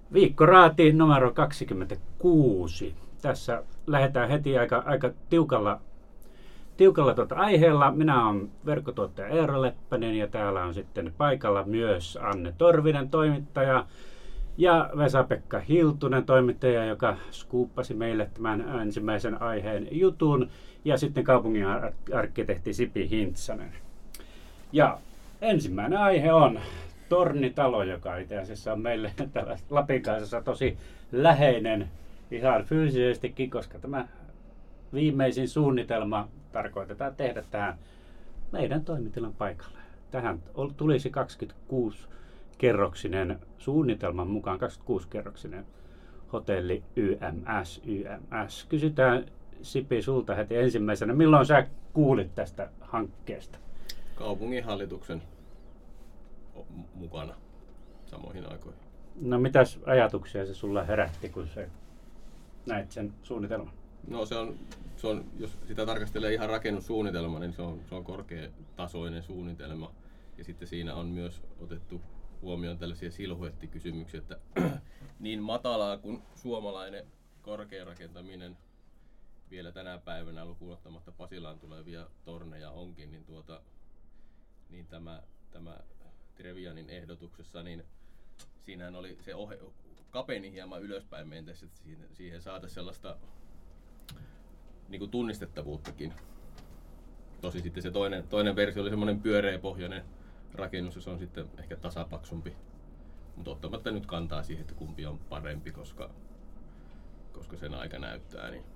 Viikkoraati numero 26. Tässä lähdetään heti aika tiukalla aiheella. Minä olen verkkotuottaja Eero Leppänen ja täällä on sitten paikalla myös Anne Torvinen, toimittaja, ja Vesa-Pekka Hiltunen, toimittaja, joka skuuppasi meille tämän ensimmäisen aiheen jutun, ja sitten kaupungin arkkitehti Sipi Hintsanen. Ja ensimmäinen aihe on Tornitalo, joka itse asiassa on meille täällä Lapinkaisessa tosi läheinen ihan fyysisestikin, koska tämä viimeisin suunnitelma tarkoitetaan tehdä tähän meidän toimitilan paikalle. Tähän tulisi 26-kerroksinen suunnitelman mukaan 26-kerroksinen hotelli YMS. Kysytään Sipi sulta heti ensimmäisenä, milloin sä kuulit tästä hankkeesta? Kaupunginhallituksen mukana samoihin aikoihin. No mitäs ajatuksia se sulla herätti, kun sä näit sen suunnitelman? No se on, jos sitä tarkastelee ihan rakennussuunnitelma, niin se on korkeatasoinen suunnitelma. Ja sitten siinä on myös otettu huomioon tällaisia silhuettikysymyksiä, että niin matalaa kuin suomalainen korkea rakentaminen vielä tänä päivänä lukuun ottamatta Pasilaan tulevia torneja onkin, niin tämä Trevianin ehdotuksessa, niin siinähän oli se kapeni hieman ylöspäin mentäessä, että siihen saataisiin sellaista niin kuin tunnistettavuuttakin. Tosi sitten se toinen versio oli semmoinen pyöreäpohjainen rakennus, ja se on sitten ehkä tasapaksumpi. Mutta ottamatta nyt kantaa siihen, että kumpi on parempi, koska sen aika näyttää, niin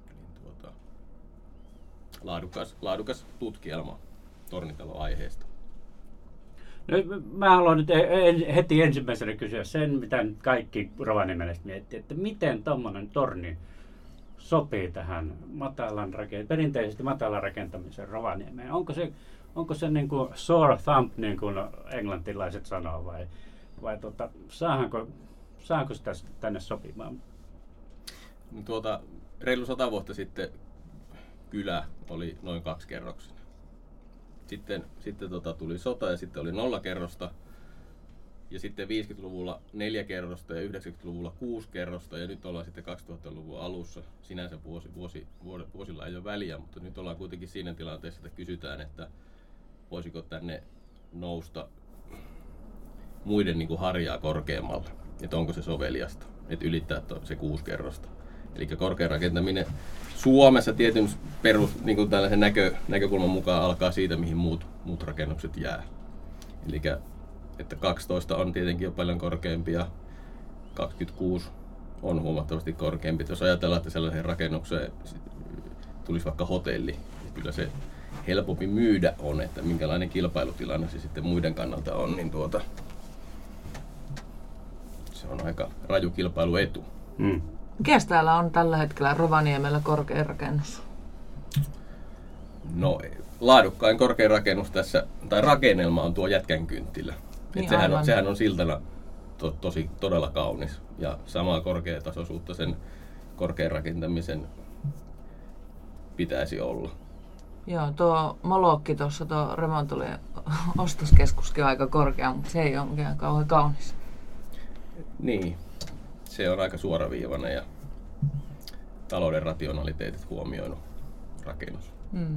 laadukas tutkielma Tornitalo-aiheesta. No, mä haluan nyt heti ensimmäisenä kysyä sen, mitä kaikki Rovaniemeläiset miettii, että miten tommonen torni sopii tähän perinteisesti matalan rakentamisen Rovaniemeen. Onko se niin kuin sore thumb, niin kuin englantilaiset sanoo, vai saanko sitä tänne sopimaan? Reilu 100 vuotta sitten kylä oli noin 2-kerroksinen. Sitten tuli sota ja sitten oli 0 kerrosta. Ja sitten 50-luvulla 4 kerrosta ja 90-luvulla 6 kerrosta ja nyt ollaan sitten 2000-luvun alussa. Sinänsä vuosilla ei ole väliä, mutta nyt ollaan kuitenkin siinä tilanteessa, että kysytään, että voisiko tänne nousta muiden niin kuin harjaa korkeammalle. Että onko se soveliasta, että ylittää se 6 kerrosta. Eli korkea rakentaminen Suomessa tietyn niin kuin tällaisen näkökulman mukaan alkaa siitä, mihin muut rakennukset jää. Eli että 12 on tietenkin jo paljon korkeampi ja 26 on huomattavasti korkeampi. Jos ajatellaan, että sellaiseen rakennukseen tulisi vaikka hotelli, niin kyllä se helpompi myydä on, että minkälainen kilpailutilanne se sitten muiden kannalta on, niin se on aika raju kilpailuetu. Mikäs täällä on tällä hetkellä Rovaniemellä korkein rakennus? No, laadukkain korkein rakennus tässä, tai rakennelma on tuo Jätkänkynttilä. Niin sehän on siltana todella kaunis ja samaa korkeatasoisuutta sen korkean rakentamisen pitäisi olla. Joo, tuo Molokki tuossa, tuo Remontulien ostoskeskuskin on aika korkea, mutta se ei ole mikään kauhean kaunis. Niin, se on aika suoraviivainen ja talouden rationaliteetit huomioinut rakennus.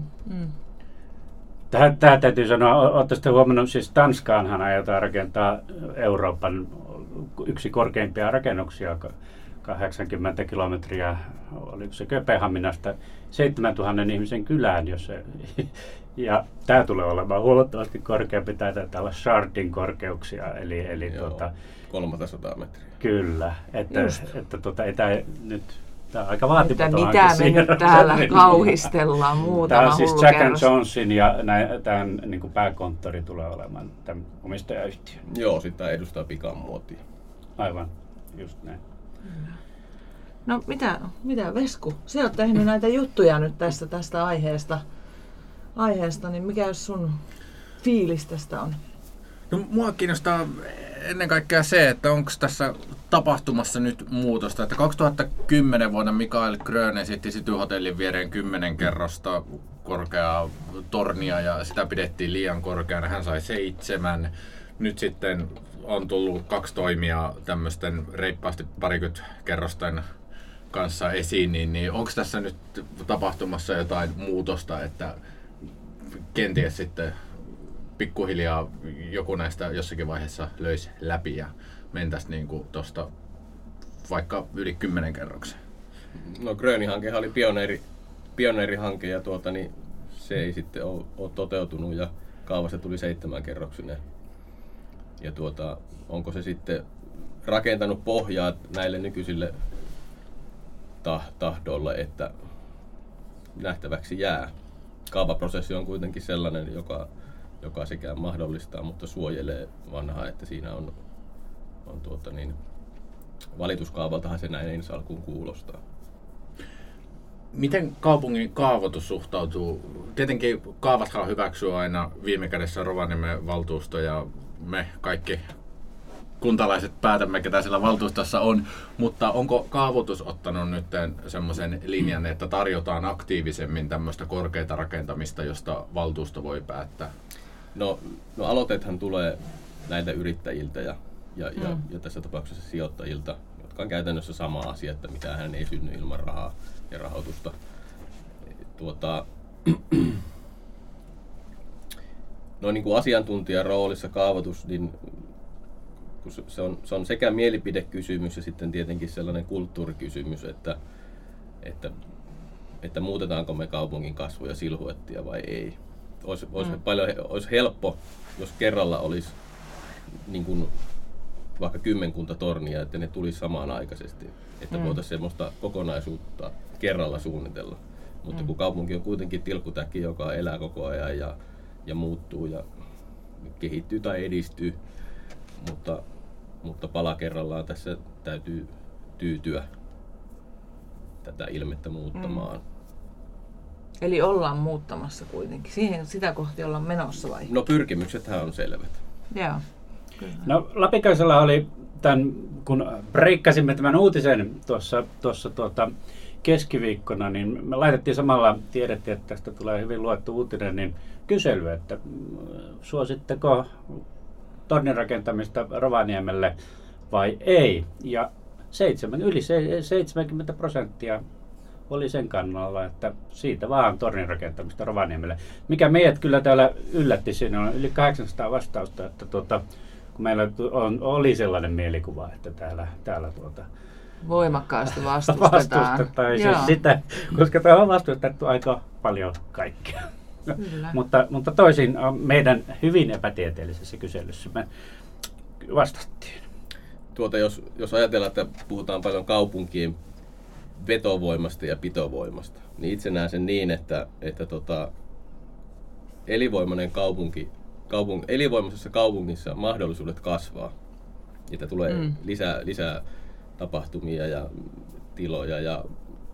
Tämä täytyy sanoa, oletteko huomannut, siis Tanskaanhan aiotaan rakentaa Euroopan yksi korkeimpia rakennuksia, 80 kilometriä, oliko se Kööpenhaminasta 7000 ihmisen kylään, ja tämä tulee olemaan huomattavasti korkeampi, taitaa olla Shardin korkeuksia, eli 300 metriä. Kyllä, että ei tämä nyt. Tämä on aika vaatimaton mitä me nyt täällä kauhistellaan muutama tämä on siis hullu Jack kerros. Johnson ja tämän niin kuin pääkonttori tulee olemaan tämän omistajayhtiön. Joo, sitä edustaa pikamuotia. Aivan, just näin. No mitä Vesku? Sä oot tehnyt näitä juttuja nyt tästä aiheesta, niin mikä sun fiilis tästä on? No, mua kiinnostaa ennen kaikkea se, että onko tässä tapahtumassa nyt muutosta. Että 2010 vuonna Mikael Grön esitti City-hotellin viereen 10 kerrosta korkeaa tornia ja sitä pidettiin liian korkeana. Hän sai 7. nyt sitten on tullut 2 toimijaa tämmöisten reippaasti parikymmentä kerrosten kanssa esiin, niin onko tässä nyt tapahtumassa jotain muutosta, että kenties sitten pikkuhiljaa joku näistä jossakin vaiheessa löisi läpi ja mentäisiin niin tuosta vaikka yli 10 kerroksen? No Gröni-hankehan oli pioneerihanke ja niin se ei sitten ole toteutunut ja kaavassa tuli 7 kerroksinen. Ja onko se sitten rakentanut pohjaa näille nykyisille tahdoille, että nähtäväksi jää. Kaavaprosessi on kuitenkin sellainen, joka sekä mahdollistaa, mutta suojelee vanhaa, että siinä on valituskaavaltahan se näin ensi alkuun kuulostaa. Miten kaupungin kaavoitus suhtautuu? Tietenkin kaavathan hyväksyy aina viime kädessä Rovaniemen valtuusto ja me kaikki kuntalaiset päätämme, ketä siellä valtuustossa on, mutta onko kaavoitus ottanut nyt semmoisen linjan, että tarjotaan aktiivisemmin tämmöistä korkeata rakentamista, josta valtuusto voi päättää? No aloitethan tulee näiltä yrittäjiltä ja tässä tapauksessa sijoittajilta, jotka on käytännössä sama asia, että mitään ei synny ilman rahaa ja rahoitusta. No niin kuin asiantuntijan roolissa kaavoitus, niin se on sekä mielipidekysymys ja sitten tietenkin sellainen kulttuurikysymys, että muutetaanko me kaupungin kasvu- ja silhuettia vai ei. Olisi helppo, jos kerralla olisi niin kuin vaikka 10 tornia, että ne tulisi samanaikaisesti, että voitaisiin semmoista kokonaisuutta kerralla suunnitella. Mutta kun kaupunki on kuitenkin tilkkutäkki, joka elää koko ajan ja muuttuu ja kehittyy tai edistyy, mutta pala kerrallaan tässä täytyy tyytyä tätä ilmettä muuttamaan. Eli ollaan muuttamassa kuitenkin. Sitä kohti ollaan menossa vai? No pyrkimyksethän on selvät. Joo, kyllä. No Lapinkaisella oli kun breikkasimme tämän uutisen tuossa keskiviikkona, niin me laitettiin samalla, tiedettiin, että tästä tulee hyvin luettu uutinen, niin kysely, että suositteko tornin rakentamista Rovaniemelle vai ei. Ja yli 70% oli sen kannalla, että siitä vaan tornin rakentamista Rovaniemelle. Mikä meidät kyllä täällä yllätti, siinä on yli 800 vastausta, että kun meillä oli sellainen mielikuva, että täällä voimakkaasti vastustetaan. Siis sitä, koska tämä on vastustettu aika paljon kaikkea. mutta toisin meidän hyvin epätieteellisessä kyselyssä me vastattiin. Jos ajatellaan, että puhutaan paljon kaupunkien vetovoimasta ja pitovoimasta, niin itse näen sen niin, että elinvoimainen elinvoimaisessa kaupungissa mahdollisuudet kasvaa. Niitä tulee lisää tapahtumia ja tiloja ja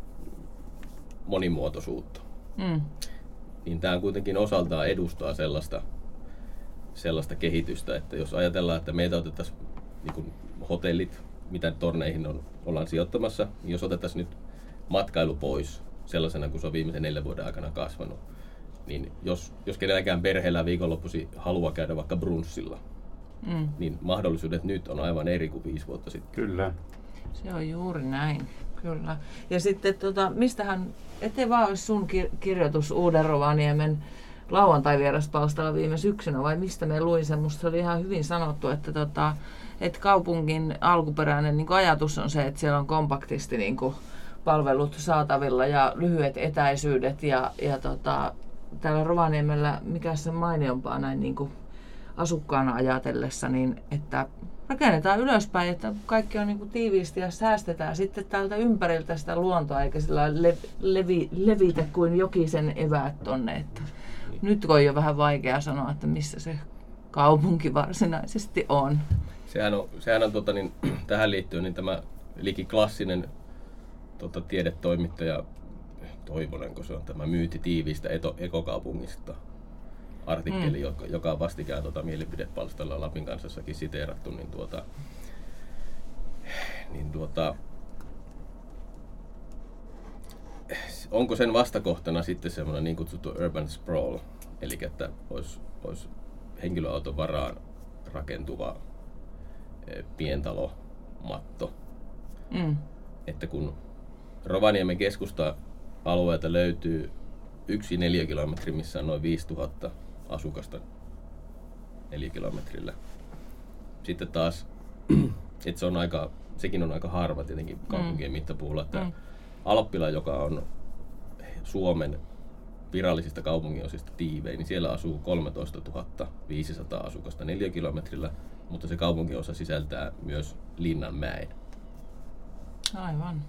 monimuotoisuutta. Niin tämä kuitenkin osaltaan edustaa sellaista kehitystä, että jos ajatellaan, että meitä otettaisiin niin hotellit, mitä torneihin ollaan sijoittamassa, niin jos otettaisiin nyt matkailu pois sellaisena, kun se on viimeisen 4 vuoden aikana kasvanut, niin jos kenelläkään perheellä viikonloppuisin haluaa käydä vaikka brunssilla, niin mahdollisuudet nyt on aivan eri kuin 5 vuotta sitten. Kyllä. Se on juuri näin, kyllä. Ja sitten mistähän, ettei vaan olisi sun kirjoitus Uuden Rovaniemen lauantai-vieraspalstalla viime syksynä, vai mistä me luin sen? Musta se oli ihan hyvin sanottu, että kaupungin alkuperäinen niin ajatus on se, että siellä on kompaktisti niin palvelut saatavilla ja lyhyet etäisyydet ja täällä Rovaniemellä, mikä se mainiompaa näin niin asukkaana ajatellessa, niin että rakennetaan ylöspäin, että kaikki on niin tiiviisti ja säästetään sitten täältä ympäriltä sitä luontoa, eikä sillä levitä kuin jokisen eväät tonne. Että nyt on jo vähän vaikea sanoa, että missä se kaupunki varsinaisesti on. Sehän on tähän liittyen niin tämä liki klassinen tiedetoimittaja Toivonenko se on tämä Myyti tiiviistä ekokaupungista artikkeli, joka on vastikään mielipidepalstalla Lapin Kansassakin siteerattu, onko sen vastakohtana sitten semmoinen niin kutsuttu urban sprawl, eli että olisi henkilöauton varaan rakentuva pientalomatto. Että kun Rovaniemen keskusta-alueelta löytyy yksi neliökilometri, missä on noin 5000 asukasta neliökilometrillä. Sitten taas, että sekin on aika harva tietenkin kaupunkien mittapuulla, että Alppila, joka on Suomen virallisista kaupunginosista tiivein, niin siellä asuu 13 500 asukasta neliökilometrillä, mutta se kaupunginosa sisältää myös Linnanmäen. Aivan.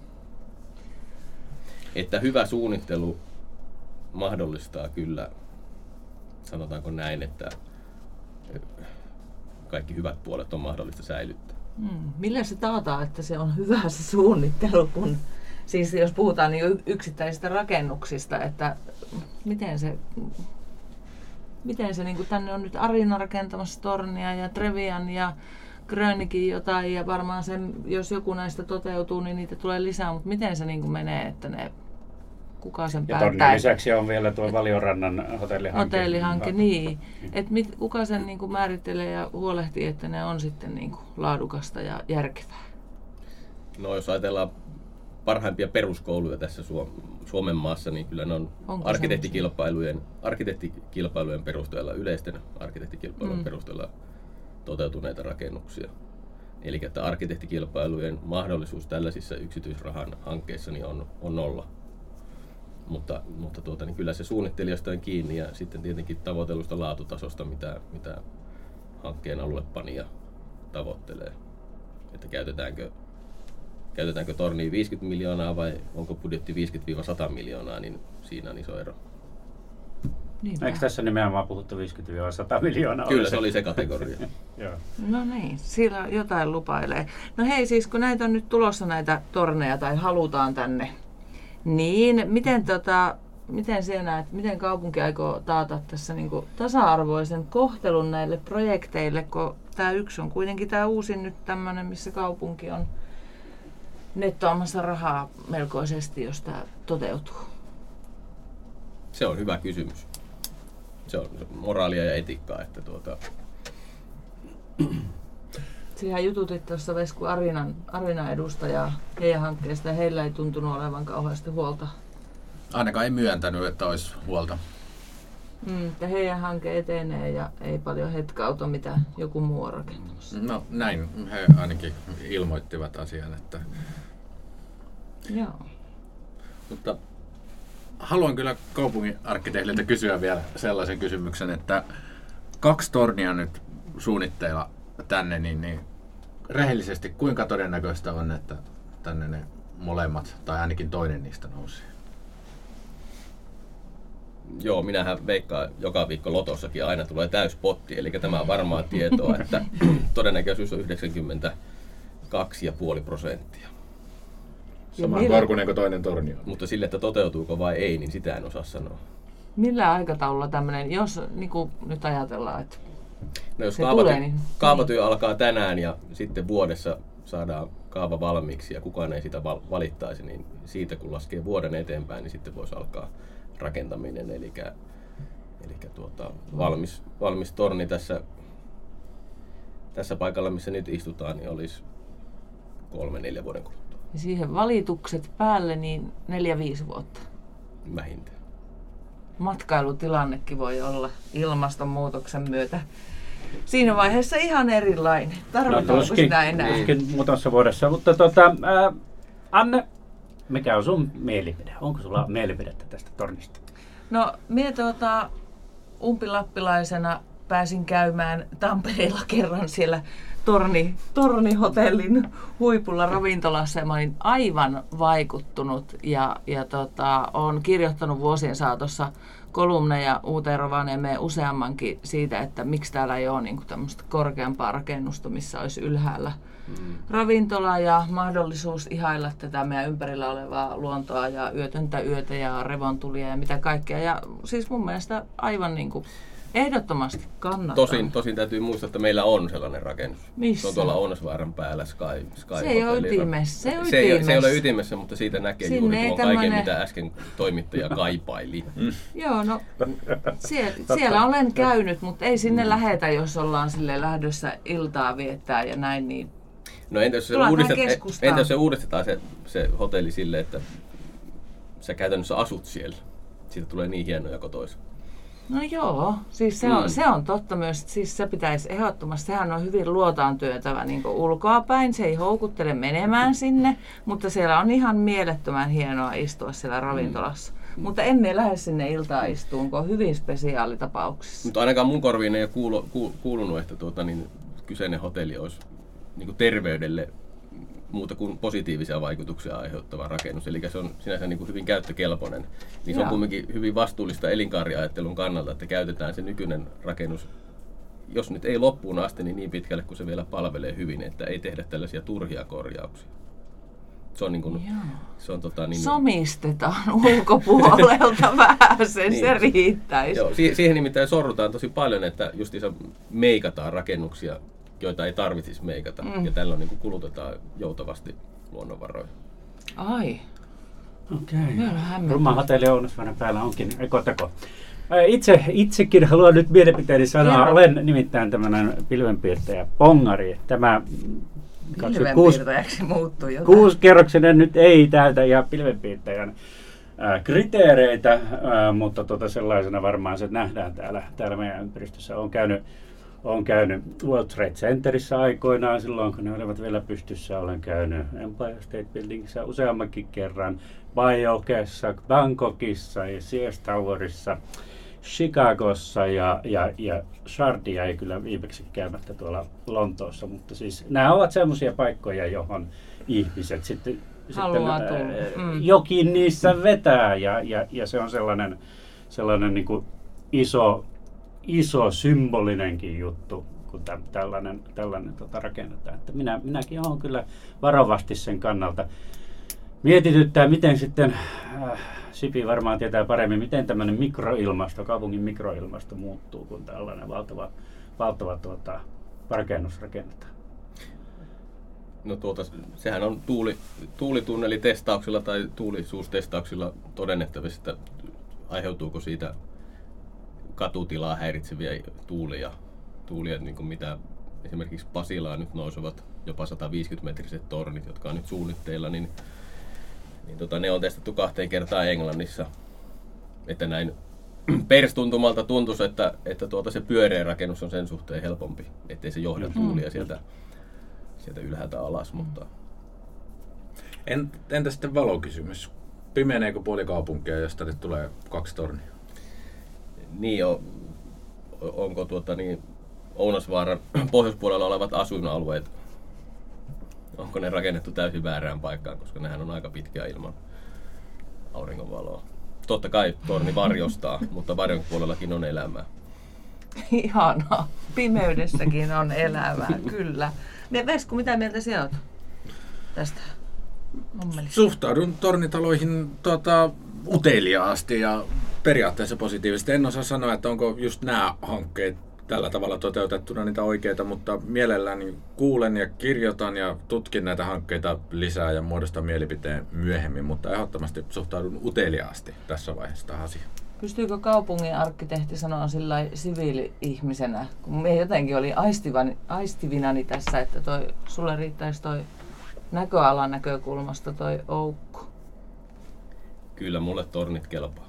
Että hyvä suunnittelu mahdollistaa kyllä, sanotaanko näin, että kaikki hyvät puolet on mahdollista säilyttää. Millä se taataan, että se on hyvä se suunnittelu, kun siis jos puhutaan niin yksittäisistä rakennuksista, että miten se niin kuin tänne on nyt Arina rakentamassa tornia ja Trevian ja Grönikin jotain ja varmaan sen, jos joku näistä toteutuu, niin niitä tulee lisää, mutta miten se niin kuin menee, että kuka sen ja päättää? Tornin lisäksi on vielä tuo Valiorannan hotellihanke. Niin. Kuka sen niin kuin määrittelee ja huolehtii, että ne on sitten niin kuin laadukasta ja järkevää? No jos ajatellaan parhaimpia peruskouluja tässä Suomen maassa, niin kyllä ne on arkkitehtikilpailujen perusteella, yleisten arkkitehtikilpailujen perusteella toteutuneita rakennuksia. Eli että arkkitehtikilpailujen mahdollisuus tällaisissa yksityisrahan hankkeissa niin on nolla. Mutta niin kyllä se suunnittelijasta on kiinni ja sitten tietenkin tavoitellusta laatutasosta, mitä hankkeen aluepanija tavoittelee. Että käytetäänkö torniin 50 miljoonaa vai onko budjetti 50-100 miljoonaa, niin siinä on iso ero. Niinpä. Eikö tässä nimenomaan puhuttu 50-100 miljoonaa? Kyllä se oli se kategoria. Joo. No niin, siellä jotain lupailee. No hei, siis kun näitä on nyt tulossa näitä torneja tai halutaan tänne, niin miten siellä näet, miten kaupunki aikoo taata tässä niin kuin tasa-arvoisen kohtelun näille projekteille, kun tämä yksi on kuitenkin tämä uusin nyt tämmöinen, missä kaupunki on nettoamassa rahaa melkoisesti, jos tämä toteutuu? Se on hyvä kysymys. Se on moraalia ja etiikkaa. Että Siihen jututit tuossa Vesku Arinan edustajaa heidän hankkeesta ja heillä ei tuntunut olevan kauheasti huolta. Ainakaan ei myöntänyt, että olisi huolta. Että heidän hanke etenee ja ei paljon hetkauta, mitä joku muu on rakentamassa. No näin he ainakin ilmoittivat asian. Että... Joo. Mutta haluan kyllä kaupungin arkkitehdiltä kysyä vielä sellaisen kysymyksen, että 2 tornia nyt suunnitteilla tänne, niin rehellisesti kuinka todennäköistä on, että tänne ne molemmat tai ainakin toinen niistä nousee? Joo, minähän veikkaan joka viikko Lotossakin aina tulee täyspotti, eli tämä on varmaa tietoa, että todennäköisyys on 92,5%. Sama korkuinen kuin toinen tornio. Mutta sille, että toteutuuko vai ei, niin sitä en osaa sanoa. Millä aikataululla tämmöinen, jos niin kuin nyt ajatellaan, että no jos kaavatyö alkaa tänään ja sitten vuodessa saadaan kaava valmiiksi ja kukaan ei sitä valittaisi, niin siitä kun laskee vuoden eteenpäin, niin sitten voisi alkaa rakentaminen. Eli valmis torni tässä paikalla, missä nyt istutaan, niin olisi 3-4 vuoden kuluttua. Ja siihen valitukset päälle niin 4-5 vuotta. Vähintään. Matkailutilannekin voi olla ilmastonmuutoksen myötä siinä vaiheessa ihan erilainen. Tarvitaanko sitä enää? Tuskin muutamassa vuodessa, mutta Anne, mikä on sun mielipide? Onko sulla mielipidettä tästä tornista? No, minä umpilappilaisena pääsin käymään Tampereella kerran siellä Tornihotellin huipulla ravintolassa ja mä olin aivan vaikuttunut ja olen kirjoittanut vuosien saatossa kolumneja Uuteen Rovaniemeen useammankin siitä, että miksi täällä ei ole niin tämmöistä korkeampaa rakennusta, missä olisi ylhäällä ravintola ja mahdollisuus ihailla tätä meidän ympärillä olevaa luontoa ja yötöntä yötä ja revontulia ja mitä kaikkea. Ja siis mun mielestä aivan niin kuin Ehdottomasti kannattaa. Tosin täytyy muistaa, että meillä on sellainen rakennus. Missä? Se on tuolla Ounasvaaran päällä Sky Se ei ole ytimessä. Se ei ole ytimessä, mutta siitä näkee Sinne juuri tuon kaiken, mitä äsken toimittaja kaipaili. Joo, no siellä olen käynyt, mutta ei sinne lähetä, jos ollaan sille lähdössä iltaa viettää ja näin. Niin No entä jos se uudistetaan se hotelli sille, että sä käytännössä asut siellä? Siitä tulee niin hienoja kotoisa. No joo, siis se on totta myös, siis se pitäisi ehdottomasti, sehän on hyvin luotaan työtävä niin ulkoapäin, se ei houkuttele menemään sinne, mutta siellä on ihan mielettömän hienoa istua siellä ravintolassa. Mutta emme lähde sinne iltaan istuun, kun on hyvin spesiaalitapauksissa. Mutta ainakaan mun korviin ei ole kuulunut, että kyseinen hotelli olisi niin terveydelle muuta kuin positiivisia vaikutuksia aiheuttava rakennus. Eli se on sinänsä niin kuin hyvin käyttökelpoinen. Niin se on kuitenkin hyvin vastuullista elinkaariajattelun kannalta, että käytetään se nykyinen rakennus, jos nyt ei loppuun asti, niin pitkälle, kun se vielä palvelee hyvin, että ei tehdä tällaisia turhia korjauksia. Se on niin kuin, somistetaan ulkopuolelta vähän, se riittäisi. Joo, siihen nimittäin sorrutaan tosi paljon, että justiinsa meikataan rakennuksia, joita ei tarvitsisi meikata. Ja tällöin niin kulutetaan joutavasti luonnonvaroja. Ai. Okei. Rumman hotelli Ounasvaaran päällä onkin ekoteko. Itsekin haluan nyt mielipiteeni sanoa. Olen nimittäin tämmöinen pilvenpiirtäjä pongari. Tämä pilvenpiirtäjäksi muuttui jotain. 6-kerroksinen nyt ei täytä ja pilvenpiirtäjän kriteereitä, mutta sellaisena varmaan se nähdään täällä meidän ympäristössä. Olen käynyt World Trade Centerissä aikoinaan silloin, kun ne olivat vielä pystyssä. Olen käynyt Empire State Buildingissa useammankin kerran, Bangkokissa, Bangkokissa ja Sears Towerissa, Chicagossa ja Shardy jäi kyllä viimeksi käymättä tuolla Lontoossa. Mutta siis nämä ovat semmoisia paikkoja, johon ihmiset sitten jokin niissä vetää ja se on sellainen niin kuin iso symbolinenkin juttu, kun tällainen rakennetaan. Että minäkin olen kyllä varovasti sen kannalta. Mietityttää, miten sitten, Sipi varmaan tietää paremmin, miten tämmöinen kaupungin mikroilmasto muuttuu, kun tällainen valtava rakennus rakennetaan. No sehän on tuulitunnelitestauksilla tai tuulisuustestauksilla todennettavissa, että aiheutuuko siitä katutilaa häiritseviä tuulia niin kuin mitä esimerkiksi Pasilaan nyt nousevat jopa 150-metriset tornit, jotka on nyt suunnitteilla, niin ne on testattu 2 kertaa Englannissa. Että näin perstuntumalta tuntuisi, että se pyöreä rakennus on sen suhteen helpompi, ettei se johda tuulia sieltä ylhäältä alas. Mutta Entä sitten valokysymys? Pimeneekö puoli kaupunkia, jos tänne tulee 2 tornia? Niin onko Ounasvaaran pohjoispuolella olevat asuinalueet, onko ne rakennettu täysin väärään paikkaan, koska nehän on aika pitkään ilman auringonvaloa. Totta kai torni varjostaa, mutta varjon puolellakin on elämää. Ihanaa. Pimeydessäkin on elämää, kyllä. Vesku, mitä mieltä sinä olet tästä hommelista? Suhtaudun tornitaloihin uteliaasti ja periaatteessa positiivisesti. En osaa sanoa, että onko just nämä hankkeet tällä tavalla toteutettuna niitä oikeita, mutta mielelläni kuulen ja kirjoitan ja tutkin näitä hankkeita lisää ja muodostan mielipiteen myöhemmin, mutta ehdottomasti suhtaudun uteliaasti tässä vaiheessa tähän asiaan. Pystyykö kaupungin arkkitehti sanoa sillä siviili-ihmisenä, kun minä jotenkin olin aistivinani tässä, että sulle riittäisi toi näköalan näkökulmasta toi oukku? Kyllä mulle tornit kelpaa.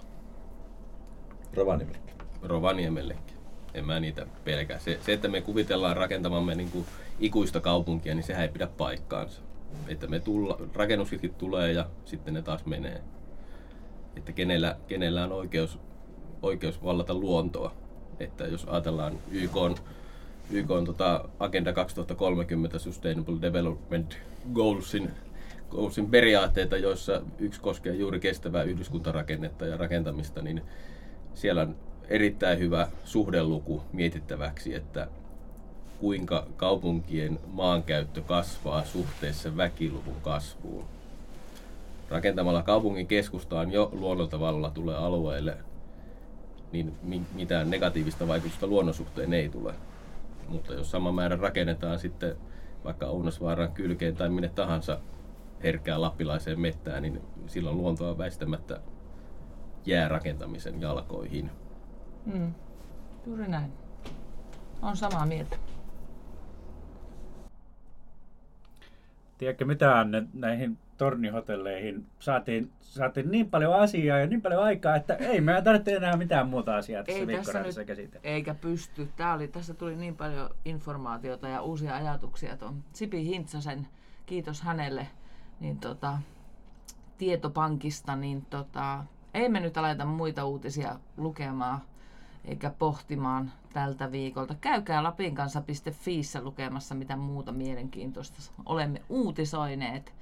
Rovaniemellekin. En mä niitä pelkää. Se, että me kuvitellaan rakentamamme niin kuin ikuista kaupunkia, niin sehän ei pidä paikkaansa. Että rakennuskin tulee ja sitten ne taas menee. Että kenellä on oikeus vallata luontoa. Että jos ajatellaan YK:n Agenda 2030 Sustainable Development Goalsin periaatteita, joissa yksi koskee juuri kestävää yhdyskuntarakennetta ja rakentamista, niin siellä on erittäin hyvä suhdeluku mietittäväksi, että kuinka kaupunkien maankäyttö kasvaa suhteessa väkiluvun kasvuun. Rakentamalla kaupungin keskustaan jo luonnontavalla tulee alueelle niin mitään negatiivista vaikutusta luonnon suhteen ei tule. Mutta jos sama määrä rakennetaan sitten vaikka Ounasvaaran kylkeen tai minne tahansa herkkään lappilaiseen mettään, niin silloin luontoa väistämättä jää rakentamisen jalkoihin. Juuri näin. On samaa mieltä. Tiedätkö mitä, Anne, näihin tornihotelleihin saatiin niin paljon asiaa ja niin paljon aikaa, että ei meidän tarvitse enää mitään muuta asiaa tässä Viikkoradiossa käsitellä. Eikä pysty. Tässä tuli niin paljon informaatiota ja uusia ajatuksia tuon Sipi Hintsasen, kiitos hänelle, niin tietopankista, niin ei me nyt aleta muita uutisia lukemaan eikä pohtimaan tältä viikolta. Käykää lapinkansa.fiissä lukemassa mitä muuta mielenkiintoista olemme uutisoineet.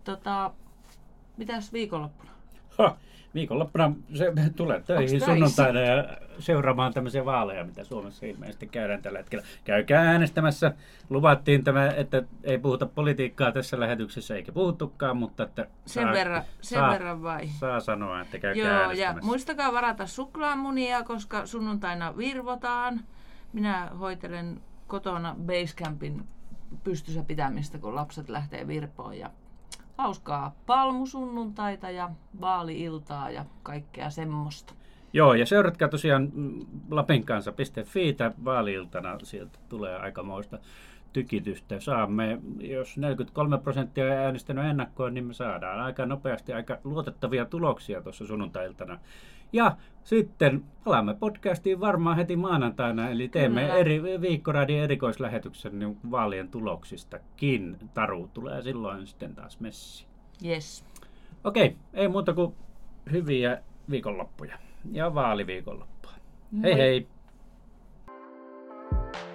Mitäs viikonloppuna? Viikonloppuna se tulee töihin sunnuntaina ja seuraamaan tämmöisiä vaaleja, mitä Suomessa ilmeisesti käydään tällä hetkellä. Käykää äänestämässä. Luvattiin tämä, että ei puhuta politiikkaa tässä lähetyksessä, eikä puhuttukaan, mutta että sen verran vai? Saa sanoa, että käykää äänestämässä. Ja muistakaa varata suklaamunia, koska sunnuntaina virvotaan. Minä hoitelen kotona Basecampin pystyssä pitämistä, kun lapset lähtee virpoon. Ja hauskaa palmusunnuntaita ja vaali-iltaa ja kaikkea semmoista. Joo, ja seuratkaa tosiaan lapinkansa.fiitä vaali-iltana. Sieltä tulee aikamoista tykitystä. Saamme, jos 43% äänestänyt ennakkoon, niin me saadaan aika nopeasti aika luotettavia tuloksia tuossa sunnuntai-iltana. Ja sitten palaamme podcastiin varmaan heti maanantaina, eli teemme Viikkoradion erikoislähetyksen niin vaalien tuloksistakin. Taru tulee silloin sitten taas messiin. Yes. Okei, ei muuta kuin hyviä viikonloppuja ja vaaliviikonloppua. Hei hei!